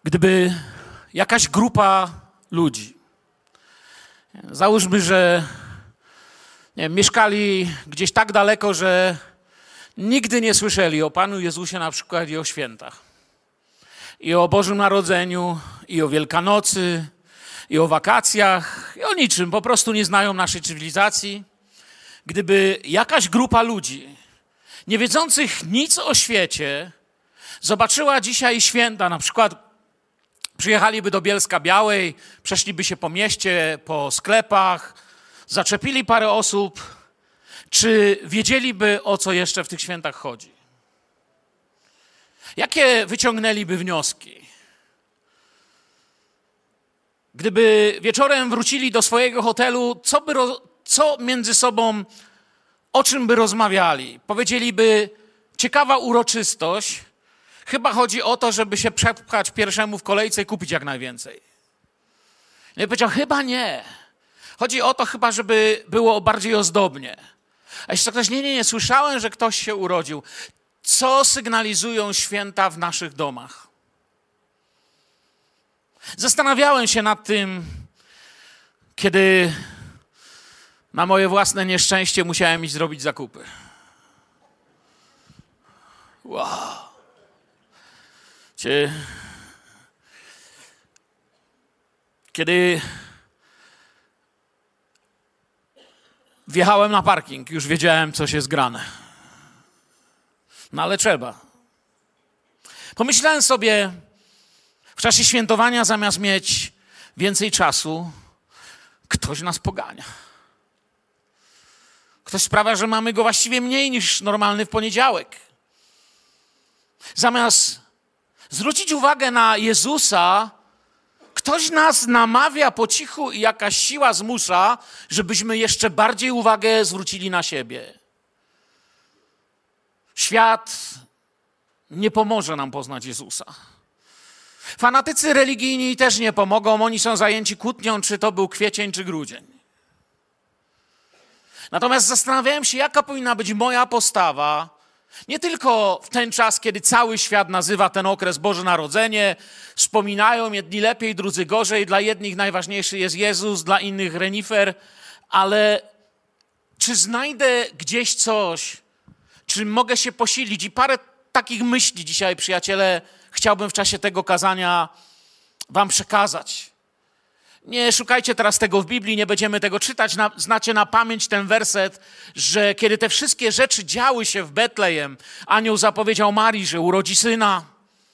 Gdyby jakaś grupa ludzi, załóżmy, że nie wiem, mieszkali gdzieś tak daleko, że nigdy nie słyszeli o Panu Jezusie na przykład i o świętach, i o Bożym Narodzeniu, i o Wielkanocy, i o wakacjach, i o niczym, po prostu nie znają naszej cywilizacji. Gdyby jakaś grupa ludzi, nie wiedzących nic o świecie, zobaczyła dzisiaj święta, na przykład przyjechaliby do Bielska-Białej, przeszliby się po mieście, po sklepach, zaczepili parę osób, czy wiedzieliby, o co jeszcze w tych świętach chodzi? Jakie wyciągnęliby wnioski? Gdyby wieczorem wrócili do swojego hotelu, co między sobą, o czym by rozmawiali? Powiedzieliby, ciekawa uroczystość, chyba chodzi o to, żeby się przepchać pierwszemu w kolejce i kupić jak najwięcej. Ja powiedział, chyba nie. Chodzi o to chyba, żeby było bardziej ozdobnie. A jeszcze ktoś, nie, słyszałem, że ktoś się urodził. Co sygnalizują święta w naszych domach? Zastanawiałem się nad tym, kiedy na moje własne nieszczęście musiałem iść zrobić zakupy. Wow. Kiedy wjechałem na parking, już wiedziałem, co się zgrane. No ale trzeba. Pomyślałem sobie, w czasie świętowania zamiast mieć więcej czasu, ktoś nas pogania. Ktoś sprawia, że mamy go właściwie mniej niż normalny w poniedziałek. Zamiast zwrócić uwagę na Jezusa, ktoś nas namawia po cichu i jakaś siła zmusza, żebyśmy jeszcze bardziej uwagę zwrócili na siebie. Świat nie pomoże nam poznać Jezusa. Fanatycy religijni też nie pomogą, oni są zajęci kłótnią, czy to był kwiecień, czy grudzień. Natomiast zastanawiałem się, jaka powinna być moja postawa, nie tylko w ten czas, kiedy cały świat nazywa ten okres Boże Narodzenie, wspominają jedni lepiej, drudzy gorzej, dla jednych najważniejszy jest Jezus, dla innych renifer, ale czy znajdę gdzieś coś, czy mogę się posilić? I parę takich myśli dzisiaj, przyjaciele, chciałbym w czasie tego kazania wam przekazać. Nie szukajcie teraz tego w Biblii, nie będziemy tego czytać. Znacie na pamięć ten werset, że kiedy te wszystkie rzeczy działy się w Betlejem, anioł zapowiedział Marii, że urodzi syna,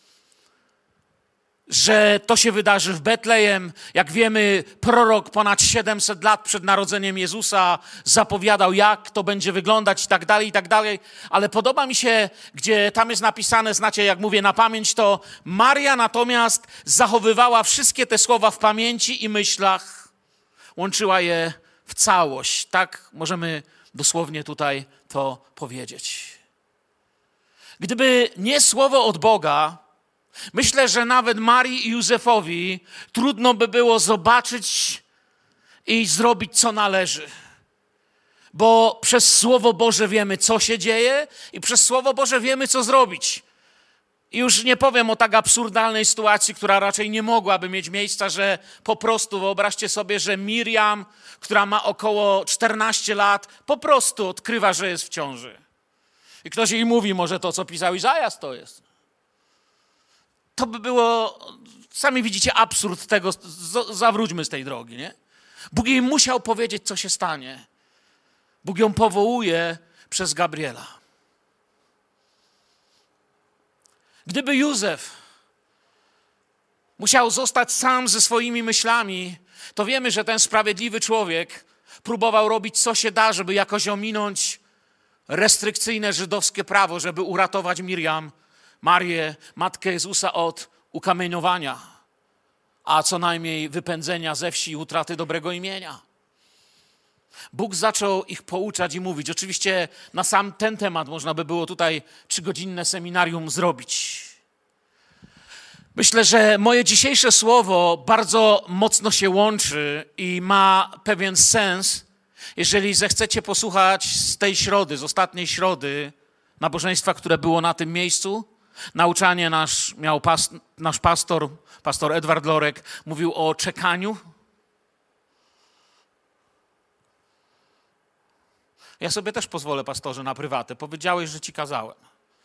że to się wydarzy w Betlejem. Jak wiemy, prorok ponad 700 lat przed narodzeniem Jezusa zapowiadał, jak to będzie wyglądać i tak dalej. Ale podoba mi się, gdzie tam jest napisane, znacie, jak mówię na pamięć, to Maria natomiast zachowywała wszystkie te słowa w pamięci i myślach, łączyła je w całość. Tak możemy dosłownie tutaj to powiedzieć. Gdyby nie słowo od Boga, myślę, że nawet Marii i Józefowi trudno by było zobaczyć i zrobić, co należy. Bo przez Słowo Boże wiemy, co się dzieje i przez Słowo Boże wiemy, co zrobić. I już nie powiem o tak absurdalnej sytuacji, która raczej nie mogłaby mieć miejsca, że po prostu wyobraźcie sobie, że Miriam, która ma około 14 lat, po prostu odkrywa, że jest w ciąży. I ktoś jej mówi, może to, co pisał Izajasz, to jest. To by było, sami widzicie, absurd tego, zawróćmy z tej drogi, nie? Bóg jej musiał powiedzieć, co się stanie. Bóg ją powołuje przez Gabriela. Gdyby Józef musiał zostać sam ze swoimi myślami, to wiemy, że ten sprawiedliwy człowiek próbował robić, co się da, żeby jakoś ominąć restrykcyjne żydowskie prawo, żeby uratować Miriam, Marię, matkę Jezusa od ukamienowania, a co najmniej wypędzenia ze wsi i utraty dobrego imienia. Bóg zaczął ich pouczać i mówić. Oczywiście na sam ten temat można by było tutaj 3-godzinne seminarium zrobić. Myślę, że moje dzisiejsze słowo bardzo mocno się łączy i ma pewien sens, jeżeli zechcecie posłuchać z tej środy, z ostatniej środy nabożeństwa, które było na tym miejscu, Nauczanie miał nasz pastor Edward Lorek, mówił o czekaniu. Ja sobie też pozwolę, pastorze, na prywatę. Powiedziałeś, że ci kazałem.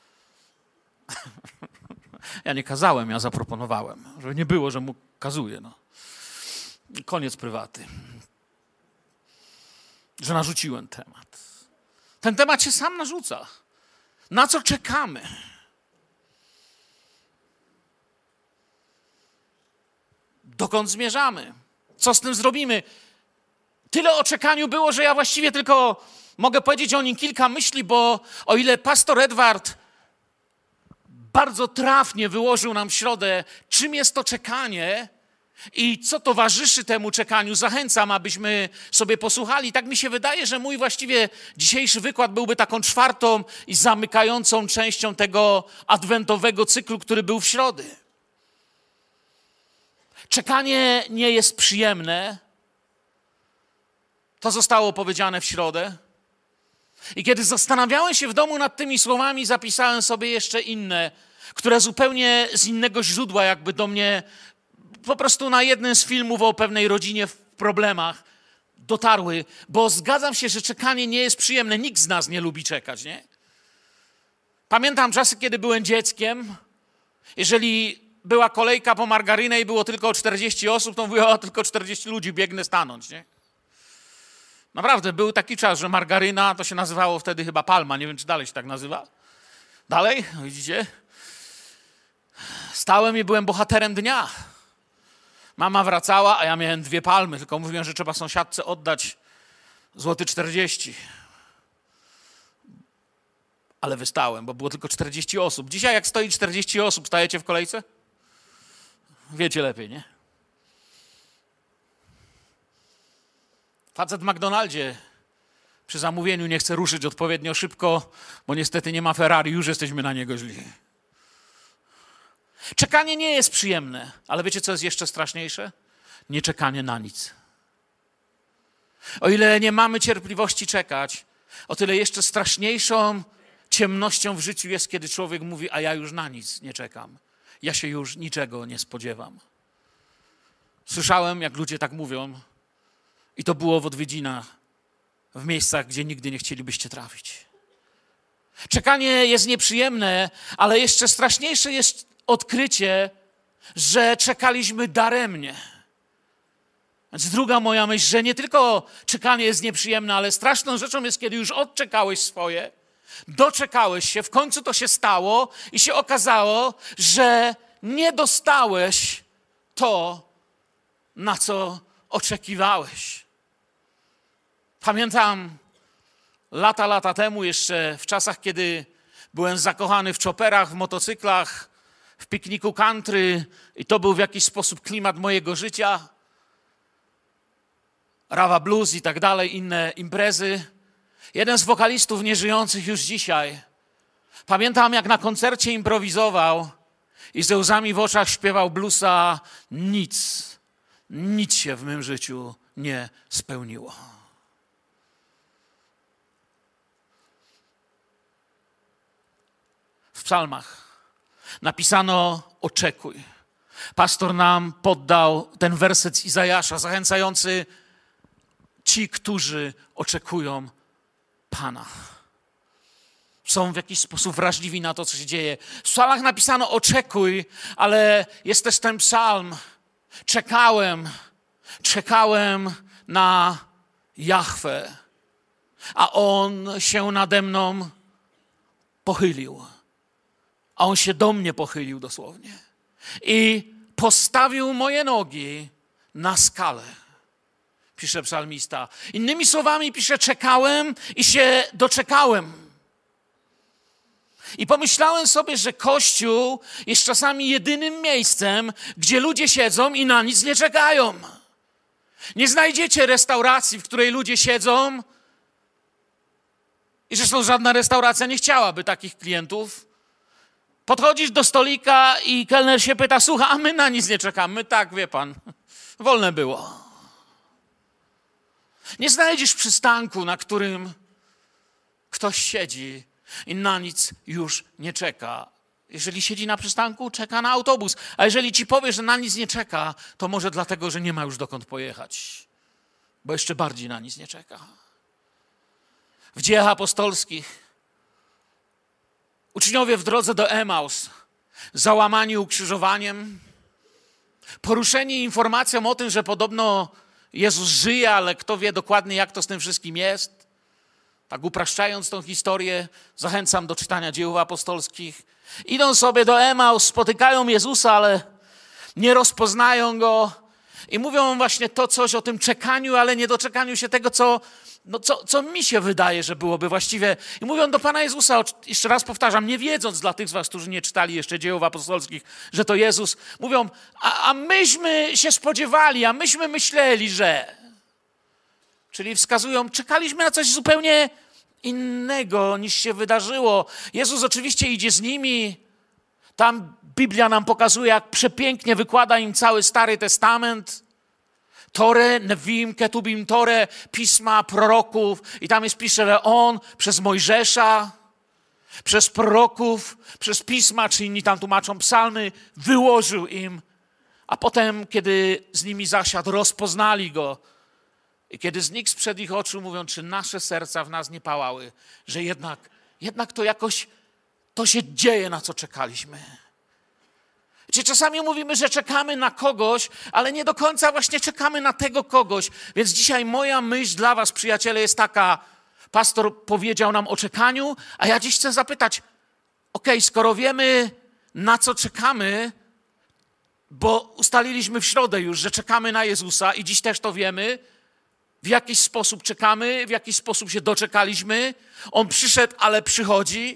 Ja nie kazałem, ja zaproponowałem. Żeby nie było, że mu kazuję. No. Koniec prywaty. Że narzuciłem temat. Ten temat się sam narzuca. Na co czekamy? Dokąd zmierzamy? Co z tym zrobimy? Tyle o czekaniu było, że ja właściwie tylko mogę powiedzieć o nim kilka myśli, bo o ile pastor Edward bardzo trafnie wyłożył nam w środę, czym jest to czekanie i co towarzyszy temu czekaniu, zachęcam, abyśmy sobie posłuchali. Tak mi się wydaje, że mój właściwie dzisiejszy wykład byłby taką czwartą i zamykającą częścią tego adwentowego cyklu, który był w środę. Czekanie nie jest przyjemne. To zostało powiedziane w środę. I kiedy zastanawiałem się w domu nad tymi słowami, zapisałem sobie jeszcze inne, które zupełnie z innego źródła jakby do mnie po prostu na jednym z filmów o pewnej rodzinie w problemach dotarły, bo zgadzam się, że czekanie nie jest przyjemne. Nikt z nas nie lubi czekać, nie? Pamiętam czasy, kiedy byłem dzieckiem. Jeżeli była kolejka po margarynę i było tylko 40 osób, to mówię, o, tylko 40 ludzi, biegnę stanąć, nie? Naprawdę, był taki czas, że margaryna, to się nazywało wtedy chyba Palma, nie wiem, czy dalej się tak nazywa. Dalej, widzicie? Stałem i byłem bohaterem dnia. Mama wracała, a ja miałem 2 palmy, tylko mówiłem, że trzeba sąsiadce oddać złoty 40. Ale wystałem, bo było tylko 40 osób. Dzisiaj jak stoi 40 osób, stajecie w kolejce? Wiecie lepiej, nie? Facet w McDonaldzie przy zamówieniu nie chce ruszyć odpowiednio szybko, bo niestety nie ma Ferrari, już jesteśmy na niego źli. Czekanie nie jest przyjemne, ale wiecie, co jest jeszcze straszniejsze? Nieczekanie na nic. O ile nie mamy cierpliwości czekać, o tyle jeszcze straszniejszą ciemnością w życiu jest, kiedy człowiek mówi, a ja już na nic nie czekam. Ja się już niczego nie spodziewam. Słyszałem, jak ludzie tak mówią, i to było w odwiedzinach, w miejscach, gdzie nigdy nie chcielibyście trafić. Czekanie jest nieprzyjemne, ale jeszcze straszniejsze jest odkrycie, że czekaliśmy daremnie. Więc druga moja myśl, że nie tylko czekanie jest nieprzyjemne, ale straszną rzeczą jest, kiedy już odczekałeś swoje, doczekałeś się, w końcu to się stało i się okazało, że nie dostałeś to, na co oczekiwałeś. Pamiętam lata temu jeszcze, w czasach, kiedy byłem zakochany w choperach, w motocyklach, w pikniku country i to był w jakiś sposób klimat mojego życia. Rawa Blues i tak dalej, inne imprezy. Jeden z wokalistów nieżyjących już dzisiaj, pamiętam jak na koncercie improwizował i ze łzami w oczach śpiewał bluesa. Nic się w mym życiu nie spełniło. W psalmach napisano oczekuj. Pastor nam poddał ten werset z Izajasza, zachęcający ci, którzy oczekują Pana. Są w jakiś sposób wrażliwi na to, co się dzieje. W psalmach napisano oczekuj, ale jest też ten psalm. Czekałem na Jahwe, a On się nade mną pochylił. A On się do mnie pochylił dosłownie. I postawił moje nogi na skalę, pisze psalmista. Innymi słowami pisze, czekałem i się doczekałem. I pomyślałem sobie, że Kościół jest czasami jedynym miejscem, gdzie ludzie siedzą i na nic nie czekają. Nie znajdziecie restauracji, w której ludzie siedzą i zresztą żadna restauracja nie chciałaby takich klientów. Podchodzisz do stolika i kelner się pyta, słuchaj, a my na nic nie czekamy. Tak, wie pan, wolne było. Nie znajdziesz przystanku, na którym ktoś siedzi i na nic już nie czeka. Jeżeli siedzi na przystanku, czeka na autobus. A jeżeli ci powie, że na nic nie czeka, to może dlatego, że nie ma już dokąd pojechać. Bo jeszcze bardziej na nic nie czeka. W Dziejach Apostolskich uczniowie w drodze do Emaus, załamani ukrzyżowaniem, poruszeni informacją o tym, że podobno Jezus żyje, ale kto wie dokładnie, jak to z tym wszystkim jest. Tak upraszczając tą historię, zachęcam do czytania Dziejów Apostolskich. Idą sobie do Emaus, spotykają Jezusa, ale nie rozpoznają Go i mówią właśnie to coś o tym czekaniu, ale nie doczekaniu się tego, co mi się wydaje, że byłoby właściwie. I mówią do Pana Jezusa, jeszcze raz powtarzam, nie wiedząc dla tych z was, którzy nie czytali jeszcze Dziejów Apostolskich, że to Jezus, mówią, a myśmy się spodziewali, a myśmy myśleli, że... Czyli wskazują, czekaliśmy na coś zupełnie innego niż się wydarzyło. Jezus oczywiście idzie z nimi. Tam Biblia nam pokazuje, jak przepięknie wykłada im cały Stary Testament. Torę, Nevim, Ketubim, Torę, pisma proroków. I tam jest pisze, że on przez Mojżesza, przez proroków, przez pisma, czy inni tam tłumaczą psalmy, wyłożył im. A potem, kiedy z nimi zasiadł, rozpoznali go. I kiedy znikł sprzed ich oczu, mówią, czy nasze serca w nas nie pałały, że jednak to jakoś, to się dzieje, na co czekaliśmy. Czy czasami mówimy, że czekamy na kogoś, ale nie do końca właśnie czekamy na tego kogoś. Więc dzisiaj moja myśl dla was, przyjaciele, jest taka, pastor powiedział nam o czekaniu, a ja dziś chcę zapytać, skoro wiemy, na co czekamy, bo ustaliliśmy w środę już, że czekamy na Jezusa i dziś też to wiemy, w jakiś sposób czekamy, w jakiś sposób się doczekaliśmy. On przyszedł, ale przychodzi.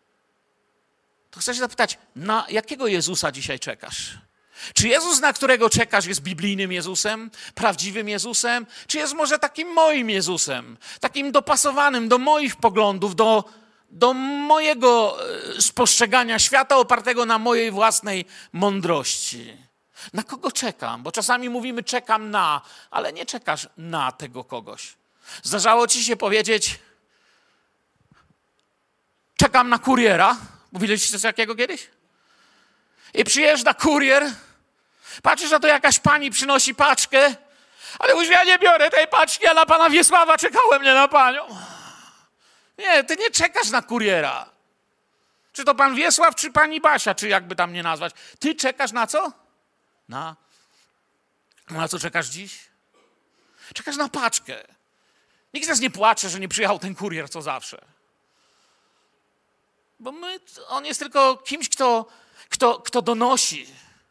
To chcę się zapytać, na jakiego Jezusa dzisiaj czekasz? Czy Jezus, na którego czekasz, jest biblijnym Jezusem, prawdziwym Jezusem? Czy jest może takim moim Jezusem, takim dopasowanym do moich poglądów, do mojego spostrzegania świata opartego na mojej własnej mądrości? Na kogo czekam? Bo czasami mówimy czekam na, ale nie czekasz na tego kogoś. Zdarzało ci się powiedzieć czekam na kuriera. Mówiliście coś takiego kiedyś? I przyjeżdża kurier, patrzysz, że to jakaś pani przynosi paczkę, ale już ja nie biorę tej paczki, a na pana Wiesława czekałem, nie na panią. Nie, ty nie czekasz na kuriera. Czy to pan Wiesław, czy pani Basia, czy jakby tam nie nazwać. Ty czekasz na co? Na co czekasz dziś? Czekasz na paczkę. Nikt z nas nie płacze, że nie przyjechał ten kurier, co zawsze. Bo on jest tylko kimś, kto donosi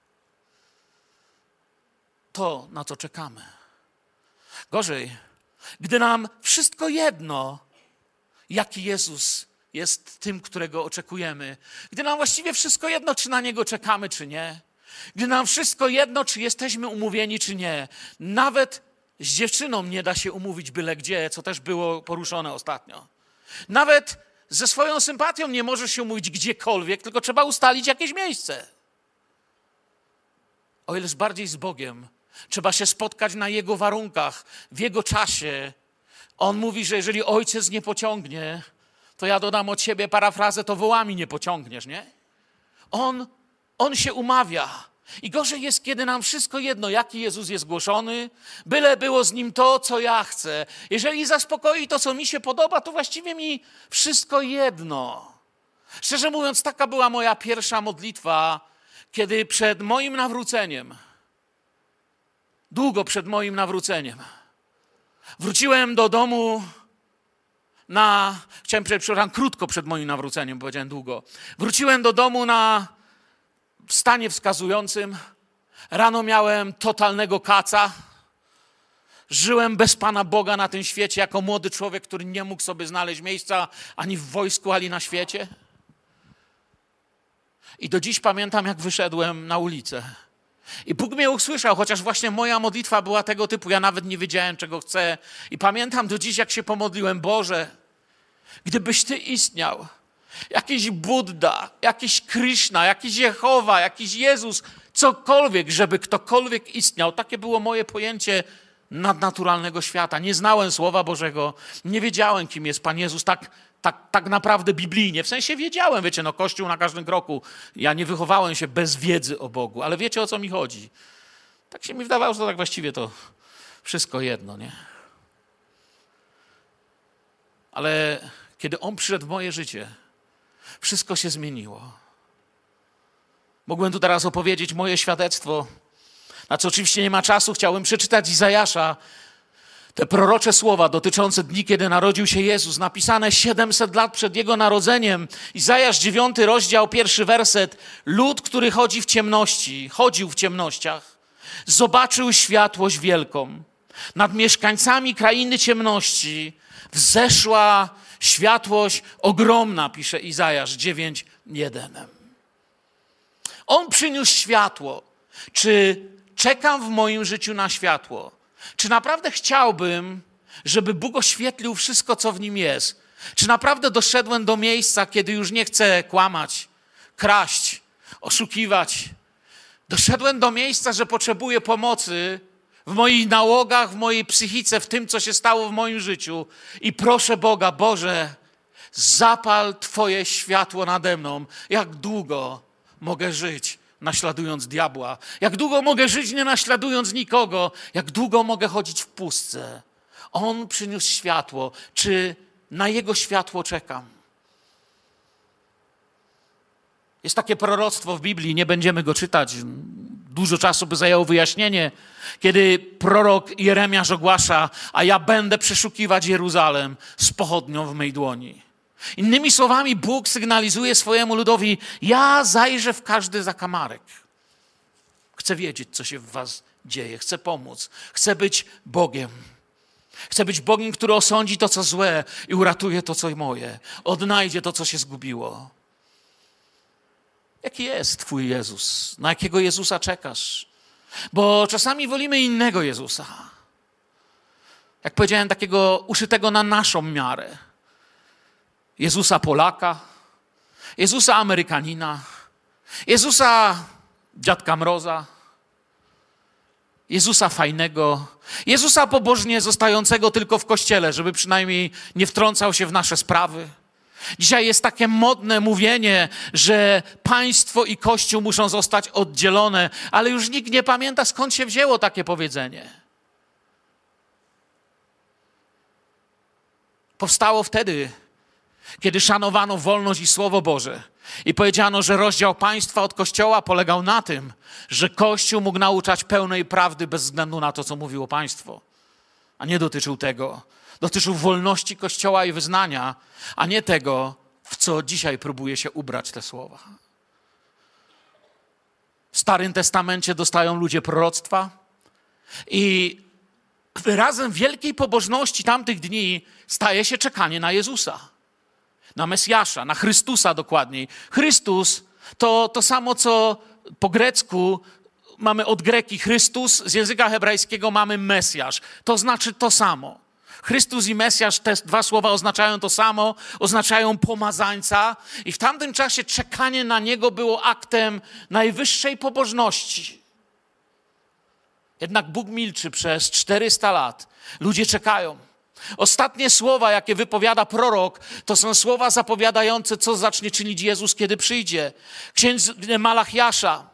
to, na co czekamy. Gorzej, gdy nam wszystko jedno, jaki Jezus jest tym, którego oczekujemy. Gdy nam właściwie wszystko jedno, czy na Niego czekamy, czy nie. Gdy nam wszystko jedno, czy jesteśmy umówieni, czy nie. Nawet z dziewczyną nie da się umówić byle gdzie, co też było poruszone ostatnio. Nawet ze swoją sympatią nie możesz się umówić gdziekolwiek, tylko trzeba ustalić jakieś miejsce. O ileż bardziej z Bogiem. Trzeba się spotkać na Jego warunkach, w Jego czasie. On mówi, że jeżeli ojciec nie pociągnie, to ja dodam od siebie parafrazę, to wołami nie pociągniesz, nie? On się umawia. I gorzej jest, kiedy nam wszystko jedno, jaki Jezus jest głoszony, byle było z Nim to, co ja chcę. Jeżeli zaspokoi to, co mi się podoba, to właściwie mi wszystko jedno. Szczerze mówiąc, taka była moja pierwsza modlitwa, kiedy przed moim nawróceniem, długo przed moim nawróceniem, wróciłem do domu krótko przed moim nawróceniem, powiedziałem długo. Wróciłem do domu w stanie wskazującym. Rano miałem totalnego kaca. Żyłem bez Pana Boga na tym świecie, jako młody człowiek, który nie mógł sobie znaleźć miejsca ani w wojsku, ani na świecie. I do dziś pamiętam, jak wyszedłem na ulicę. I Bóg mnie usłyszał, chociaż właśnie moja modlitwa była tego typu, ja nawet nie wiedziałem, czego chcę. I pamiętam do dziś, jak się pomodliłem, Boże, gdybyś Ty istniał, jakiś Budda, jakiś Kryszna, jakiś Jehowa, jakiś Jezus, cokolwiek, żeby ktokolwiek istniał. Takie było moje pojęcie nadnaturalnego świata. Nie znałem Słowa Bożego, nie wiedziałem, kim jest Pan Jezus. tak naprawdę biblijnie. W sensie wiedziałem, wiecie, Kościół na każdym kroku. Ja nie wychowałem się bez wiedzy o Bogu, ale wiecie, o co mi chodzi. Tak się mi wydawało, że to tak właściwie to wszystko jedno, nie? Ale kiedy On przyszedł w moje życie, wszystko się zmieniło. Mogłem tu teraz opowiedzieć moje świadectwo, na co oczywiście nie ma czasu. Chciałbym przeczytać Izajasza, te prorocze słowa dotyczące dni, kiedy narodził się Jezus, napisane 700 lat przed Jego narodzeniem. Izajasz 9 rozdział, 1 werset. Lud, który chodził w ciemnościach, zobaczył światłość wielką. Nad mieszkańcami krainy ciemności wzeszła światłość ogromna, pisze Izajasz 9:1. On przyniósł światło. Czy czekam w moim życiu na światło? Czy naprawdę chciałbym, żeby Bóg oświetlił wszystko, co w nim jest? Czy naprawdę doszedłem do miejsca, kiedy już nie chcę kłamać, kraść, oszukiwać? Doszedłem do miejsca, że potrzebuję pomocy w moich nałogach, w mojej psychice, w tym, co się stało w moim życiu. I proszę Boga, Boże, zapal Twoje światło nade mną. Jak długo mogę żyć, naśladując diabła? Jak długo mogę żyć, nie naśladując nikogo? Jak długo mogę chodzić w pustce? On przyniósł światło. Czy na Jego światło czekam? Jest takie proroctwo w Biblii, nie będziemy go czytać. Dużo czasu by zajęło wyjaśnienie, kiedy prorok Jeremiasz ogłasza: a ja będę przeszukiwać Jeruzalem z pochodnią w mej dłoni. Innymi słowami, Bóg sygnalizuje swojemu ludowi: ja zajrzę w każdy zakamarek. Chcę wiedzieć, co się w was dzieje. Chcę pomóc. Chcę być Bogiem. Chcę być Bogiem, który osądzi to, co złe i uratuje to, co moje. Odnajdzie to, co się zgubiło. Jaki jest Twój Jezus? Na jakiego Jezusa czekasz? Bo czasami wolimy innego Jezusa. Jak powiedziałem, takiego uszytego na naszą miarę. Jezusa Polaka, Jezusa Amerykanina, Jezusa Dziadka Mroza, Jezusa fajnego, Jezusa pobożnie zostającego tylko w kościele, żeby przynajmniej nie wtrącał się w nasze sprawy. Dzisiaj jest takie modne mówienie, że państwo i Kościół muszą zostać oddzielone, ale już nikt nie pamięta, skąd się wzięło takie powiedzenie. Powstało wtedy, kiedy szanowano wolność i Słowo Boże i powiedziano, że rozdział państwa od Kościoła polegał na tym, że Kościół mógł nauczać pełnej prawdy bez względu na to, co mówiło państwo, a nie dotyczył tego. Dotyczył wolności Kościoła i wyznania, a nie tego, w co dzisiaj próbuje się ubrać te słowa. W Starym Testamencie dostają ludzie proroctwa i wyrazem wielkiej pobożności tamtych dni staje się czekanie na Jezusa, na Mesjasza, na Chrystusa dokładniej. Chrystus to samo, co po grecku mamy od Greki Chrystus, z języka hebrajskiego mamy Mesjasz. To znaczy to samo. Chrystus i Mesjasz, te dwa słowa oznaczają to samo, oznaczają pomazańca i w tamtym czasie czekanie na Niego było aktem najwyższej pobożności. Jednak Bóg milczy przez 400 lat. Ludzie czekają. Ostatnie słowa, jakie wypowiada prorok, to są słowa zapowiadające, co zacznie czynić Jezus, kiedy przyjdzie. Księdze Malachiasza,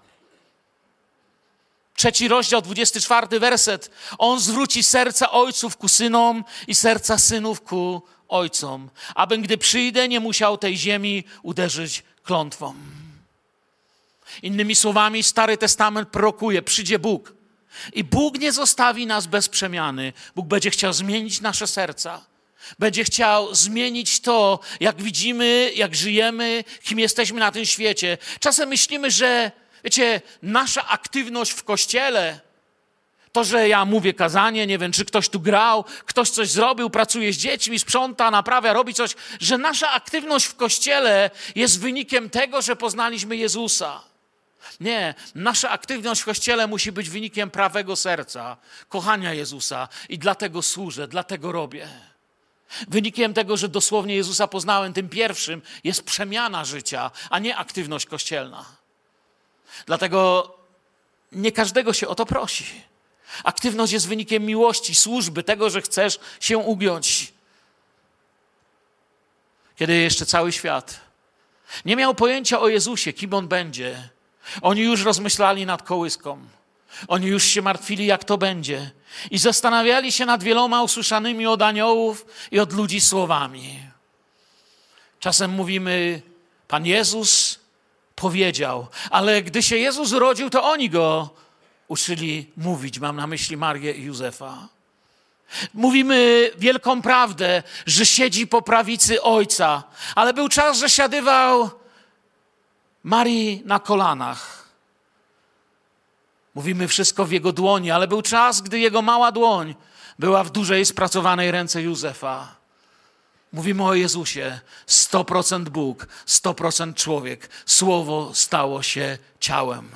3 rozdział, 24 werset. On zwróci serca ojców ku synom i serca synów ku ojcom, abym, gdy przyjdę, nie musiał tej ziemi uderzyć klątwą. Innymi słowami, Stary Testament prorokuje: przyjdzie Bóg. I Bóg nie zostawi nas bez przemiany. Bóg będzie chciał zmienić nasze serca. Będzie chciał zmienić to, jak widzimy, jak żyjemy, kim jesteśmy na tym świecie. Czasem myślimy, że, wiecie, nasza aktywność w Kościele, to, że ja mówię kazanie, nie wiem, czy ktoś tu grał, ktoś coś zrobił, pracuje z dziećmi, sprząta, naprawia, robi coś, że nasza aktywność w Kościele jest wynikiem tego, że poznaliśmy Jezusa. Nie, nasza aktywność w Kościele musi być wynikiem prawego serca, kochania Jezusa i dlatego służę, dlatego robię. Wynikiem tego, że dosłownie Jezusa poznałem, tym pierwszym jest przemiana życia, a nie aktywność kościelna. Dlatego nie każdego się o to prosi. Aktywność jest wynikiem miłości, służby, tego, że chcesz się ugiąć. kiedy jeszcze cały świat nie miał pojęcia o Jezusie, kim On będzie. Oni już rozmyślali nad kołyską. Oni już się martwili, jak to będzie. I zastanawiali się nad wieloma usłyszanymi od aniołów i od ludzi słowami. Czasem mówimy, Pan Jezus powiedział, ale gdy się Jezus urodził, to oni Go uczyli mówić. Mam na myśli Marię i Józefa. Mówimy wielką prawdę, że siedzi po prawicy Ojca, ale był czas, że siadywał Marii na kolanach. Mówimy wszystko w Jego dłoni, ale był czas, gdy Jego mała dłoń była w dużej spracowanej ręce Józefa. Mówimy o Jezusie, 100% Bóg, 100% człowiek. Słowo stało się ciałem.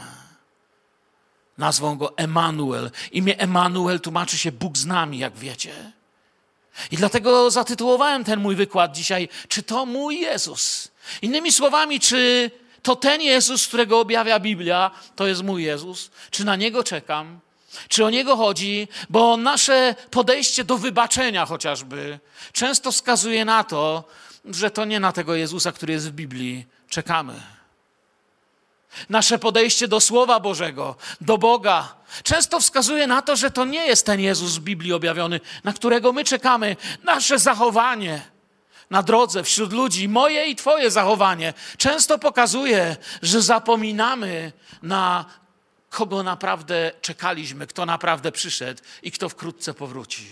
Nazwą Go Emanuel. Imię Emanuel tłumaczy się Bóg z nami, jak wiecie. I dlatego zatytułowałem ten mój wykład dzisiaj, czy to mój Jezus? Innymi słowami, czy to ten Jezus, którego objawia Biblia, to jest mój Jezus? Czy na Niego czekam? Czy o Niego chodzi? Bo nasze podejście do wybaczenia chociażby często wskazuje na to, że to nie na tego Jezusa, który jest w Biblii, czekamy. Nasze podejście do Słowa Bożego, do Boga, często wskazuje na to, że to nie jest ten Jezus w Biblii objawiony, na którego my czekamy. Nasze zachowanie na drodze wśród ludzi, moje i Twoje zachowanie, często pokazuje, że zapominamy, na kogo naprawdę czekaliśmy, kto naprawdę przyszedł i kto wkrótce powróci.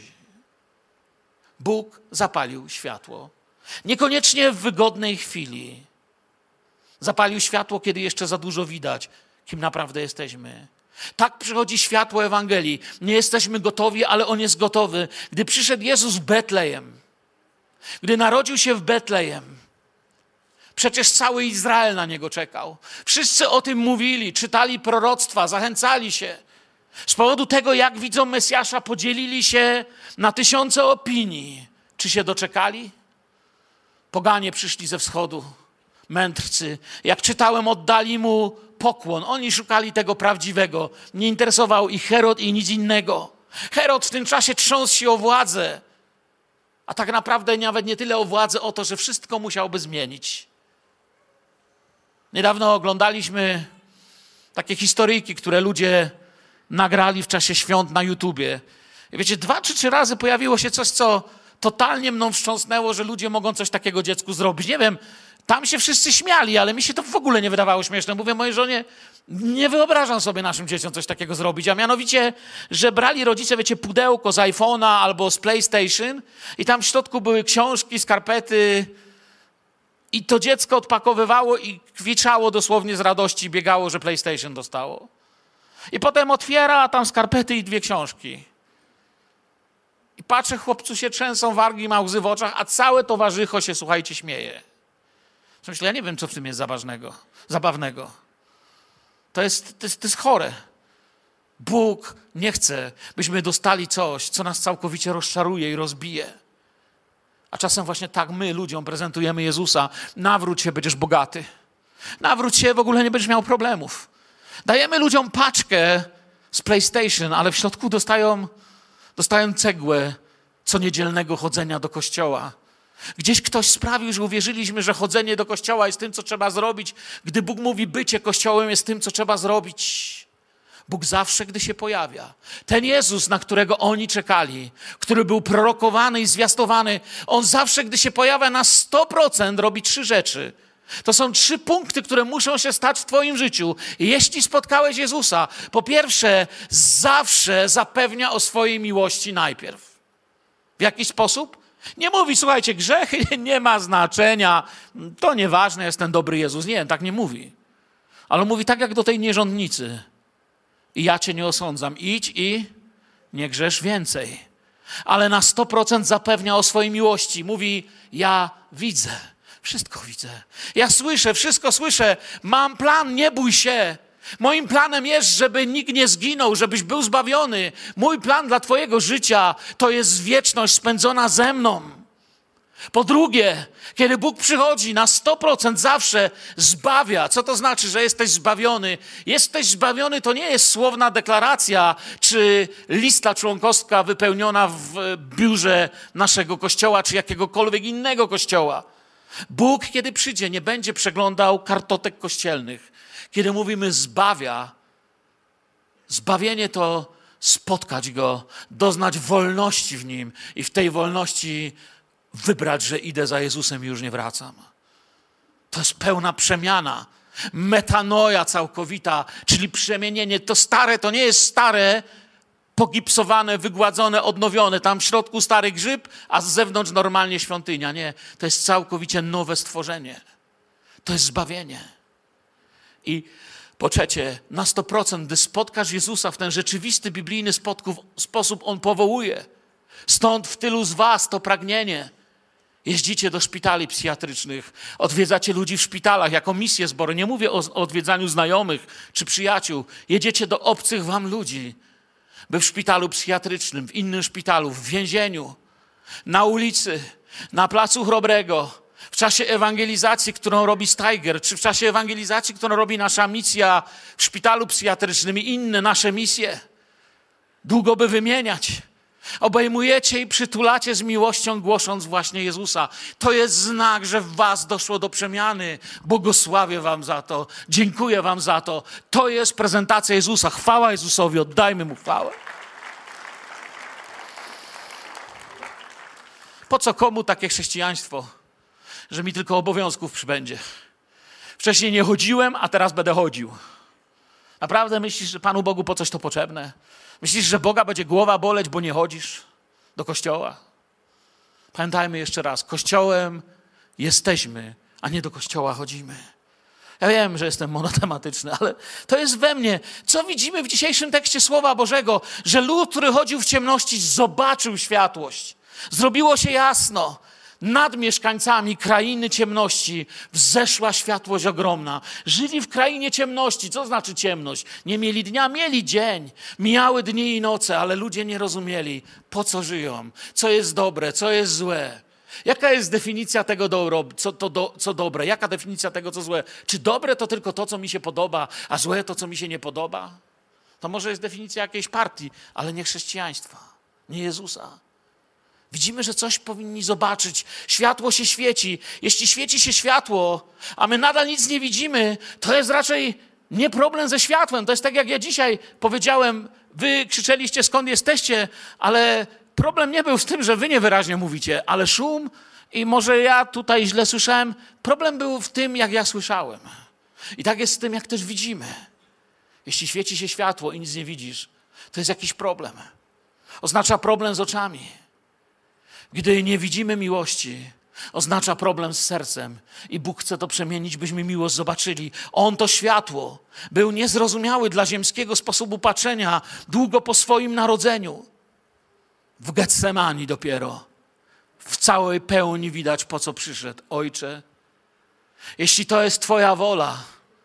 Bóg zapalił światło. Niekoniecznie w wygodnej chwili. Zapalił światło, kiedy jeszcze za dużo widać, kim naprawdę jesteśmy. Tak przychodzi światło Ewangelii. Nie jesteśmy gotowi, ale On jest gotowy. Gdy przyszedł Jezus w Betlejem, gdy narodził się w Betlejem, przecież cały Izrael na Niego czekał. Wszyscy o tym mówili, czytali proroctwa, zachęcali się. Z powodu tego, jak widzą Mesjasza, podzielili się na tysiące opinii. Czy się doczekali? Poganie przyszli ze wschodu, mędrcy. Jak czytałem, oddali Mu pokłon. Oni szukali tego prawdziwego. Nie interesował ich Herod i nic innego. Herod w tym czasie trząsł się o władzę. A tak naprawdę nawet nie tyle o władzę, o to, że wszystko musiałby zmienić. Niedawno oglądaliśmy takie historyjki, które ludzie nagrali w czasie świąt na YouTubie. I wiecie, 2 czy 3 razy pojawiło się coś, co totalnie mną wstrząsnęło, że ludzie mogą coś takiego dziecku zrobić. Nie wiem, tam się wszyscy śmiali, ale mi się to w ogóle nie wydawało śmieszne. Mówię mojej żonie, nie wyobrażam sobie naszym dzieciom coś takiego zrobić. A mianowicie, że brali rodzice, wiecie, pudełko z iPhone'a albo z PlayStation i tam w środku były książki, skarpety i to dziecko odpakowywało i kwiczało dosłownie z radości, biegało, że PlayStation dostało. I potem otwiera, a tam skarpety i 2 książki. I patrzę, chłopcu się trzęsą, wargi ma łzy w oczach, a całe towarzycho się, słuchajcie, śmieje. Myślę, ja nie wiem, co w tym jest zabawnego. To jest chore. Bóg nie chce, byśmy dostali coś, co nas całkowicie rozczaruje i rozbije. A czasem właśnie tak my ludziom prezentujemy Jezusa. Nawróć się, będziesz bogaty. Nawróć się, w ogóle nie będziesz miał problemów. Dajemy ludziom paczkę z PlayStation, ale w środku dostają cegłę coniedzielnego chodzenia do kościoła. Gdzieś ktoś sprawił, że uwierzyliśmy, że chodzenie do kościoła jest tym, co trzeba zrobić. Gdy Bóg mówi, bycie kościołem jest tym, co trzeba zrobić. Bóg zawsze, gdy się pojawia. Ten Jezus, na którego oni czekali, który był prorokowany i zwiastowany, On zawsze, gdy się pojawia, na 100% robi 3 rzeczy. To są 3 punkty, które muszą się stać w twoim życiu. Jeśli spotkałeś Jezusa, po pierwsze, zawsze zapewnia o swojej miłości najpierw. W jaki sposób? Nie mówi, słuchajcie, grzechy nie ma znaczenia, to nieważne, jest ten dobry Jezus. Nie, tak nie mówi. Ale mówi tak jak do tej nierządnicy. I ja cię nie osądzam. Idź i nie grzesz więcej. Ale na 100% zapewnia o swojej miłości. Mówi, ja widzę, wszystko widzę. Ja słyszę, wszystko słyszę. Mam plan, nie bój się. Moim planem jest, żeby nikt nie zginął, żebyś był zbawiony. Mój plan dla twojego życia to jest wieczność spędzona ze mną. Po drugie, kiedy Bóg przychodzi, na 100% zawsze zbawia. Co to znaczy, że jesteś zbawiony? Jesteś zbawiony to nie jest słowna deklaracja, czy lista członkowska wypełniona w biurze naszego kościoła, czy jakiegokolwiek innego kościoła. Bóg, kiedy przyjdzie, nie będzie przeglądał kartotek kościelnych. Kiedy mówimy zbawia, zbawienie to spotkać Go, doznać wolności w Nim i w tej wolności wybrać, że idę za Jezusem i już nie wracam. To jest pełna przemiana, metanoja całkowita, czyli przemienienie. To stare to nie jest stare, pogipsowane, wygładzone, odnowione. Tam w środku stary grzyb, a z zewnątrz normalnie świątynia. Nie, to jest całkowicie nowe stworzenie. To jest zbawienie. I po trzecie, na 100%, gdy spotkasz Jezusa w ten rzeczywisty, biblijny sposób, On powołuje. Stąd w tylu z was to pragnienie. Jeździcie do szpitali psychiatrycznych, odwiedzacie ludzi w szpitalach jako misję zboru. Nie mówię o odwiedzaniu znajomych czy przyjaciół. Jedziecie do obcych wam ludzi, by w szpitalu psychiatrycznym, w innym szpitalu, w więzieniu, na ulicy, na placu Chrobrego, w czasie ewangelizacji, którą robi Steiger, czy w czasie ewangelizacji, którą robi nasza misja w szpitalu psychiatrycznym i inne nasze misje. Długo by wymieniać. Obejmujecie i przytulacie z miłością, głosząc właśnie Jezusa. To jest znak, że w was doszło do przemiany. Błogosławię wam za to. Dziękuję wam za to. To jest prezentacja Jezusa. Chwała Jezusowi. Oddajmy Mu chwałę. Po co komu takie chrześcijaństwo, że mi tylko obowiązków przybędzie? Wcześniej nie chodziłem, a teraz będę chodził. Naprawdę myślisz, że Panu Bogu po coś to potrzebne? Myślisz, że Boga będzie głowa boleć, bo nie chodzisz do kościoła? Pamiętajmy jeszcze raz, kościołem jesteśmy, a nie do kościoła chodzimy. Ja wiem, że jestem monotematyczny, ale to jest we mnie. Co widzimy w dzisiejszym tekście Słowa Bożego? Że lud, który chodził w ciemności, zobaczył światłość. Zrobiło się jasno. Nad mieszkańcami krainy ciemności wzeszła światłość ogromna. Żyli w krainie ciemności. Co znaczy ciemność? Nie mieli dnia, mieli dzień. Mijały dni i noce, ale ludzie nie rozumieli, po co żyją, co jest dobre, co jest złe. Jaka jest definicja tego co dobre? Jaka definicja tego, co złe? Czy dobre to tylko to, co mi się podoba, a złe to, co mi się nie podoba? To może jest definicja jakiejś partii, ale nie chrześcijaństwa, nie Jezusa. Widzimy, że coś powinni zobaczyć. Światło się świeci. Jeśli świeci się światło, a my nadal nic nie widzimy, to jest raczej nie problem ze światłem. To jest tak, jak ja dzisiaj powiedziałem, wy krzyczeliście, skąd jesteście, ale problem nie był z tym, że wy niewyraźnie mówicie, ale szum i może ja tutaj źle słyszałem. Problem był w tym, jak ja słyszałem. I tak jest z tym, jak też widzimy. Jeśli świeci się światło i nic nie widzisz, to jest jakiś problem. Oznacza problem z oczami. Gdy nie widzimy miłości, oznacza problem z sercem i Bóg chce to przemienić, byśmy miłość zobaczyli. On to światło. Był niezrozumiały dla ziemskiego sposobu patrzenia długo po swoim narodzeniu. W Getsemani dopiero w całej pełni widać, po co przyszedł. Ojcze, jeśli to jest Twoja wola,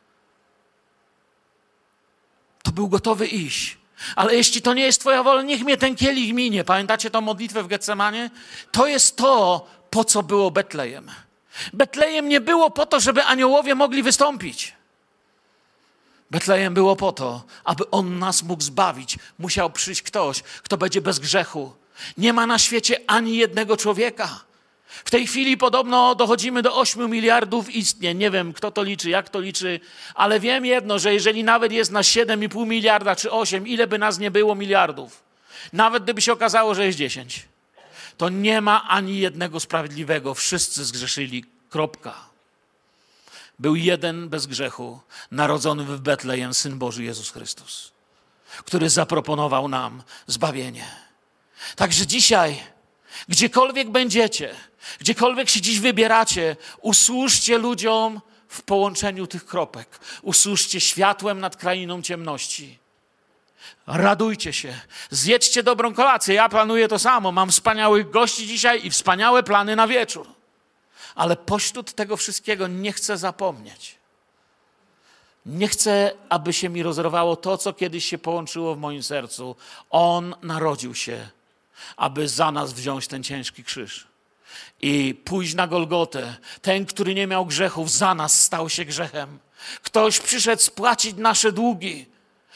to był gotowy iść. Ale jeśli to nie jest Twoja wola, niech mnie ten kielich minie. Pamiętacie tą modlitwę w Getsemanie? To jest to, po co było Betlejem. Betlejem nie było po to, żeby aniołowie mogli wystąpić. Betlejem było po to, aby On nas mógł zbawić. Musiał przyjść ktoś, kto będzie bez grzechu. Nie ma na świecie ani jednego człowieka. W tej chwili podobno dochodzimy do 8 miliardów istnień. Nie wiem, kto to liczy, jak to liczy, ale wiem jedno, że jeżeli nawet jest nas 7,5 miliarda czy 8, ile by nas nie było miliardów, nawet gdyby się okazało, że jest 10, to nie ma ani jednego sprawiedliwego. Wszyscy zgrzeszyli. Kropka. Był jeden bez grzechu, narodzony w Betlejem, Syn Boży Jezus Chrystus, który zaproponował nam zbawienie. Także dzisiaj, gdziekolwiek będziecie, gdziekolwiek się dziś wybieracie, usłużcie ludziom w połączeniu tych kropek. Usłużcie światłem nad krainą ciemności. Radujcie się. Zjedźcie dobrą kolację. Ja planuję to samo. Mam wspaniałych gości dzisiaj i wspaniałe plany na wieczór. Ale pośród tego wszystkiego nie chcę zapomnieć. Nie chcę, aby się mi rozerwało to, co kiedyś się połączyło w moim sercu. On narodził się, aby za nas wziąć ten ciężki krzyż i pójść na Golgotę. Ten, który nie miał grzechów, za nas stał się grzechem. Ktoś przyszedł spłacić nasze długi.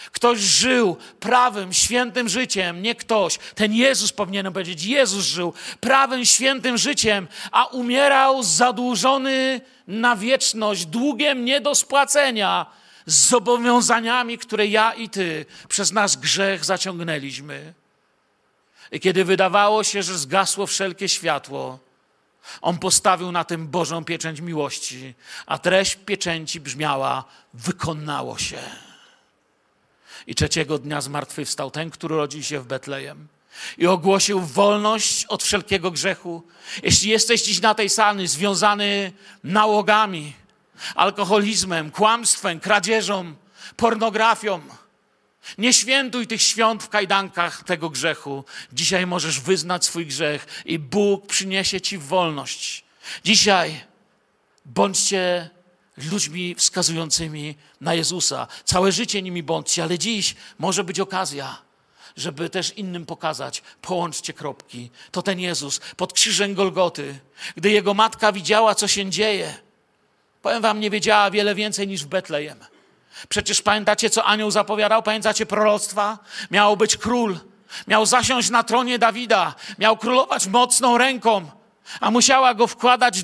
Ktoś żył prawym, świętym życiem, nie ktoś. Ten Jezus, powinienem powiedzieć, Jezus żył prawym, świętym życiem, a umierał zadłużony na wieczność, długiem nie do spłacenia, z zobowiązaniami, które ja i ty przez nasz grzech zaciągnęliśmy. I kiedy wydawało się, że zgasło wszelkie światło, on postawił na tym Bożą pieczęć miłości, a treść pieczęci brzmiała: wykonało się. I trzeciego dnia zmartwychwstał ten, który rodził się w Betlejem i ogłosił wolność od wszelkiego grzechu. Jeśli jesteś dziś na tej sali związany nałogami, alkoholizmem, kłamstwem, kradzieżą, pornografią, nie świętuj tych świąt w kajdankach tego grzechu. Dzisiaj możesz wyznać swój grzech i Bóg przyniesie ci wolność. Dzisiaj bądźcie ludźmi wskazującymi na Jezusa. Całe życie nimi bądźcie, ale dziś może być okazja, żeby też innym pokazać: połączcie kropki. To ten Jezus pod krzyżem Golgoty, gdy jego matka widziała, co się dzieje. Powiem wam, nie wiedziała wiele więcej niż w Betlejem. Przecież pamiętacie, co anioł zapowiadał? Pamiętacie proroctwa? Miał być król, miał zasiąść na tronie Dawida, miał królować mocną ręką, a musiała go wkładać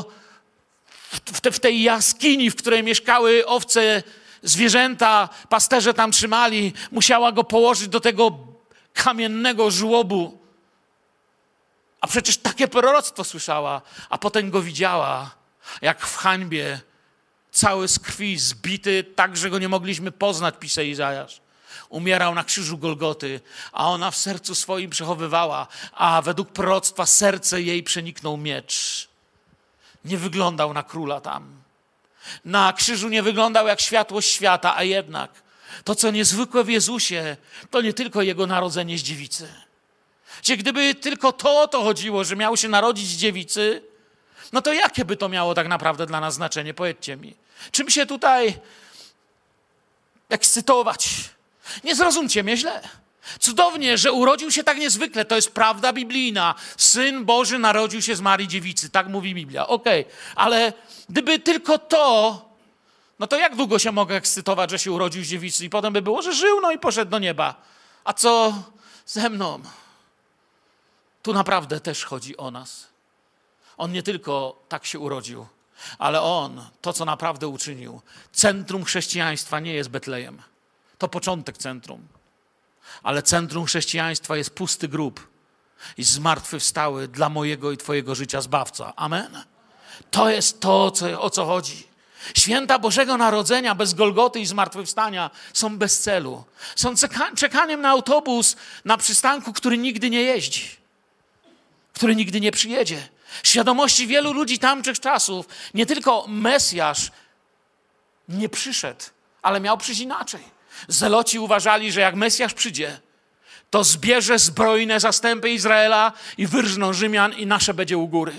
w tej jaskini, w której mieszkały owce, zwierzęta, pasterze tam trzymali. Musiała go położyć do tego kamiennego żłobu. A przecież takie proroctwo słyszała, a potem go widziała, jak w hańbie, cały z krwi, zbity, tak, że go nie mogliśmy poznać, pisze Izajasz. Umierał na krzyżu Golgoty, a ona w sercu swoim przechowywała, a według proroctwa serce jej przeniknął miecz. Nie wyglądał na króla tam. Na krzyżu nie wyglądał jak światłość świata, a jednak to, co niezwykłe w Jezusie, to nie tylko Jego narodzenie z dziewicy. Gdyby tylko to chodziło, że miał się narodzić z dziewicy, no to jakie by to miało tak naprawdę dla nas znaczenie? Powiedzcie mi. Czym się tutaj ekscytować? Nie zrozumcie mnie źle. Cudownie, że urodził się tak niezwykle. To jest prawda biblijna. Syn Boży narodził się z Marii Dziewicy. Tak mówi Biblia. Okej. Ale gdyby tylko to, no to jak długo się mogę ekscytować, że się urodził z dziewicy? I potem by było, że żył, no i poszedł do nieba. A co ze mną? Tu naprawdę też chodzi o nas. On nie tylko tak się urodził, ale on, to co naprawdę uczynił. Centrum chrześcijaństwa nie jest Betlejem. To początek centrum. Ale centrum chrześcijaństwa jest pusty grób i zmartwychwstały dla mojego i twojego życia Zbawca. Amen. To jest to, o co chodzi. Święta Bożego Narodzenia bez Golgoty i zmartwychwstania są bez celu. Są czekaniem na autobus na przystanku, który nigdy nie jeździ, który nigdy nie przyjedzie. W świadomości wielu ludzi tamtych czasów nie tylko Mesjasz nie przyszedł, ale miał przyjść inaczej. Zeloci uważali, że jak Mesjasz przyjdzie, to zbierze zbrojne zastępy Izraela i wyrżną Rzymian i nasze będzie u góry.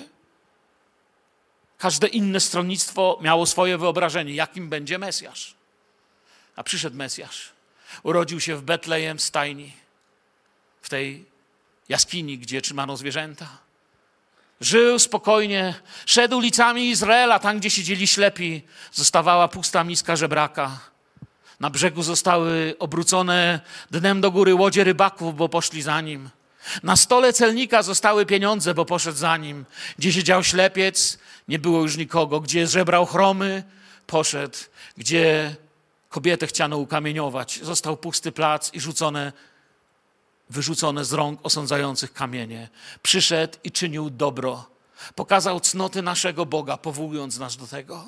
Każde inne stronnictwo miało swoje wyobrażenie, jakim będzie Mesjasz. A przyszedł Mesjasz. Urodził się w Betlejem, stajni, w tej jaskini, gdzie trzymano zwierzęta. Żył spokojnie, szedł ulicami Izraela, tam gdzie siedzieli ślepi. Zostawała pusta miska żebraka. Na brzegu zostały obrócone dnem do góry łodzie rybaków, bo poszli za nim. Na stole celnika zostały pieniądze, bo poszedł za nim. Gdzie siedział ślepiec, nie było już nikogo. Gdzie żebrał chromy, poszedł. Gdzie kobietę chciano ukamieniować, został pusty plac i wyrzucone z rąk osądzających kamienie. Przyszedł i czynił dobro. Pokazał cnoty naszego Boga, powołując nas do tego.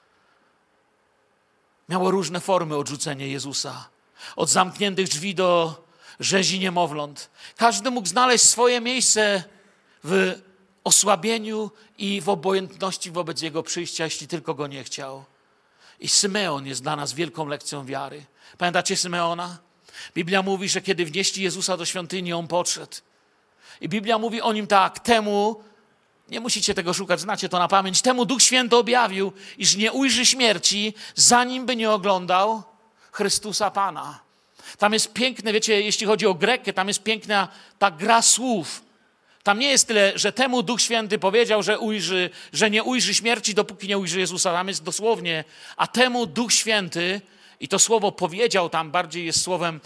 Miało różne formy odrzucenie Jezusa. Od zamkniętych drzwi do rzezi niemowląt. Każdy mógł znaleźć swoje miejsce w osłabieniu i w obojętności wobec Jego przyjścia, jeśli tylko Go nie chciał. I Symeon jest dla nas wielką lekcją wiary. Pamiętacie Symeona? Biblia mówi, że kiedy wnieśli Jezusa do świątyni, On podszedł. I Biblia mówi o Nim tak: temu, nie musicie tego szukać, znacie to na pamięć, temu Duch Święty objawił, iż nie ujrzy śmierci, zanim by nie oglądał Chrystusa Pana. Tam jest piękne, wiecie, jeśli chodzi o Grekę, tam jest piękna ta gra słów. Tam nie jest tyle, że temu Duch Święty powiedział, że nie ujrzy śmierci, dopóki nie ujrzy Jezusa. Tam jest dosłownie, a temu Duch Święty I to słowo powiedział tam bardziej jest słowem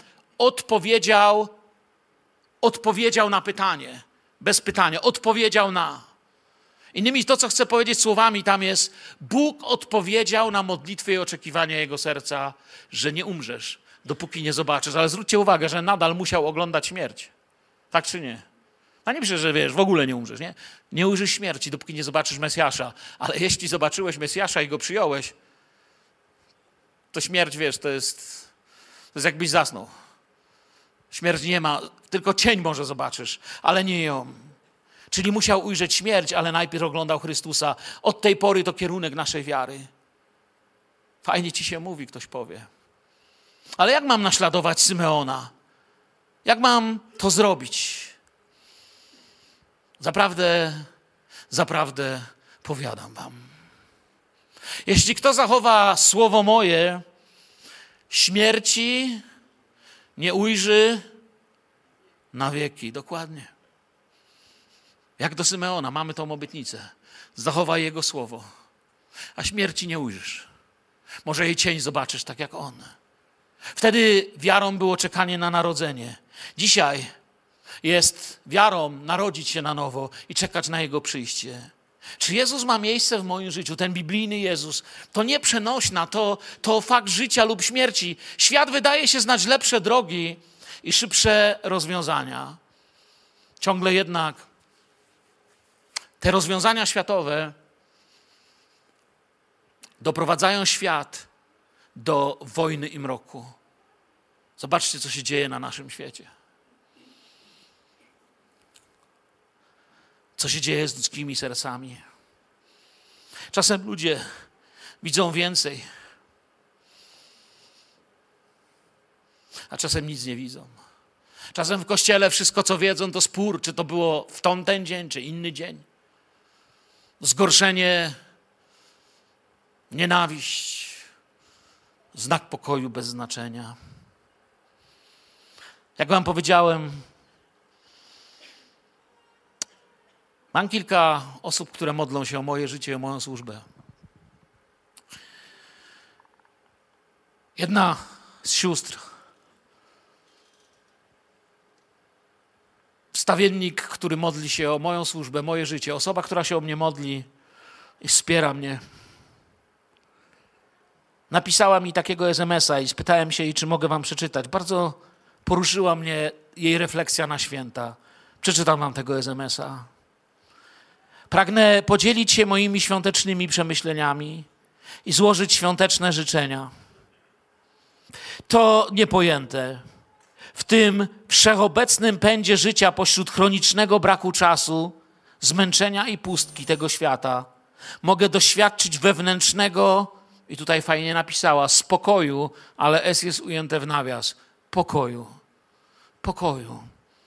odpowiedział na pytanie. Bez pytania. Odpowiedział na. Innymi to, co chcę powiedzieć słowami tam jest, Bóg odpowiedział na modlitwę i oczekiwania jego serca, że nie umrzesz, dopóki nie zobaczysz. Ale zwróćcie uwagę, że nadal musiał oglądać śmierć. Tak czy nie? A nie myślę, że wiesz, w ogóle nie umrzesz, nie? Nie ujrzysz śmierci, dopóki nie zobaczysz Mesjasza. Ale jeśli zobaczyłeś Mesjasza i go przyjąłeś, to śmierć, wiesz, to jest jakbyś zasnął. Śmierć nie ma, tylko cień może zobaczysz, ale nie ją. Czyli musiał ujrzeć śmierć, ale najpierw oglądał Chrystusa. Od tej pory to kierunek naszej wiary. Fajnie ci się mówi, ktoś powie. Ale jak mam naśladować Symeona? Jak mam to zrobić? Zaprawdę powiadam wam. Jeśli kto zachowa słowo moje, śmierci nie ujrzy na wieki. Dokładnie. Jak do Symeona, mamy tą obietnicę. Zachowaj jego słowo, a śmierci nie ujrzysz. Może jej cień zobaczysz tak jak on. Wtedy wiarą było czekanie na narodzenie. Dzisiaj jest wiarą narodzić się na nowo i czekać na jego przyjście. Czy Jezus ma miejsce w moim życiu? Ten biblijny Jezus. To nie przenośna, to fakt życia lub śmierci. Świat wydaje się znać lepsze drogi i szybsze rozwiązania. Ciągle jednak te rozwiązania światowe doprowadzają świat do wojny i mroku. Zobaczcie, co się dzieje na naszym świecie. Co się dzieje z ludzkimi sercami. Czasem ludzie widzą więcej, a czasem nic nie widzą. Czasem w kościele wszystko, co wiedzą, to spór, czy to było w ten dzień, czy inny dzień. Zgorszenie, nienawiść, znak pokoju bez znaczenia. Jak wam powiedziałem, mam kilka osób, które modlą się o moje życie i o moją służbę. Jedna z sióstr, wstawiennik, który modli się o moją służbę, moje życie, osoba, która się o mnie modli i wspiera mnie, napisała mi takiego SMS-a i spytałem się jej, czy mogę wam przeczytać. Bardzo poruszyła mnie jej refleksja na święta. Przeczytam wam tego SMS-a. Pragnę podzielić się moimi świątecznymi przemyśleniami i złożyć świąteczne życzenia. To niepojęte. W tym wszechobecnym pędzie życia pośród chronicznego braku czasu, zmęczenia i pustki tego świata mogę doświadczyć wewnętrznego, i tutaj fajnie napisała, spokoju, ale S jest ujęte w nawias, pokoju. Pokoju.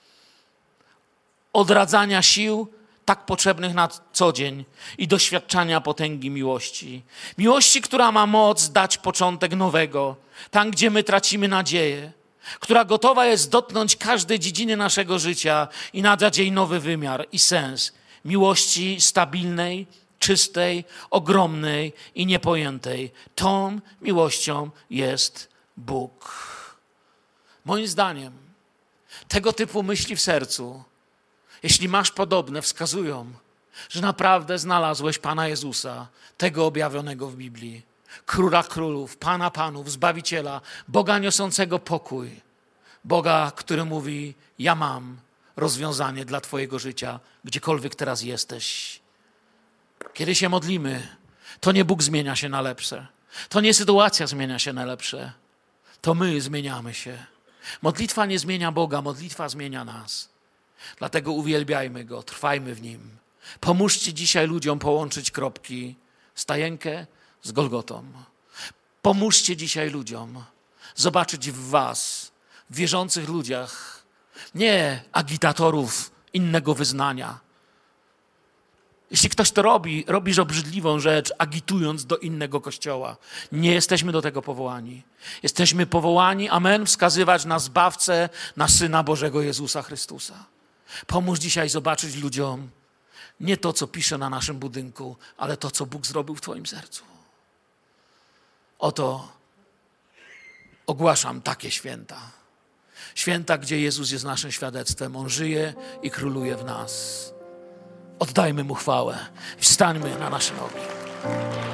Odradzania sił tak potrzebnych na co dzień i doświadczania potęgi miłości. Miłości, która ma moc dać początek nowego, tam gdzie my tracimy nadzieję, która gotowa jest dotknąć każdej dziedziny naszego życia i nadać jej nowy wymiar i sens. Miłości stabilnej, czystej, ogromnej i niepojętej. Tą miłością jest Bóg. Moim zdaniem tego typu myśli w sercu, jeśli masz podobne, wskazują, że naprawdę znalazłeś Pana Jezusa, tego objawionego w Biblii. Króla królów, Pana panów, Zbawiciela, Boga niosącego pokój. Boga, który mówi, ja mam rozwiązanie dla twojego życia, gdziekolwiek teraz jesteś. Kiedy się modlimy, to nie Bóg zmienia się na lepsze. To nie sytuacja zmienia się na lepsze. To my zmieniamy się. Modlitwa nie zmienia Boga, modlitwa zmienia nas. Dlatego uwielbiajmy Go, trwajmy w Nim. Pomóżcie dzisiaj ludziom połączyć kropki Stajenkę z Golgotą. Pomóżcie dzisiaj ludziom zobaczyć w was, w wierzących ludziach, nie agitatorów innego wyznania. Jeśli ktoś to robi, robisz obrzydliwą rzecz, agitując do innego kościoła. Nie jesteśmy do tego powołani. Jesteśmy powołani, amen, wskazywać na Zbawcę, na Syna Bożego Jezusa Chrystusa. Pomóż dzisiaj zobaczyć ludziom nie to, co pisze na naszym budynku, ale to, co Bóg zrobił w twoim sercu. ogłaszam takie święta. Święta, gdzie Jezus jest naszym świadectwem. On żyje i króluje w nas. Oddajmy Mu chwałę. Wstańmy na nasze nogi.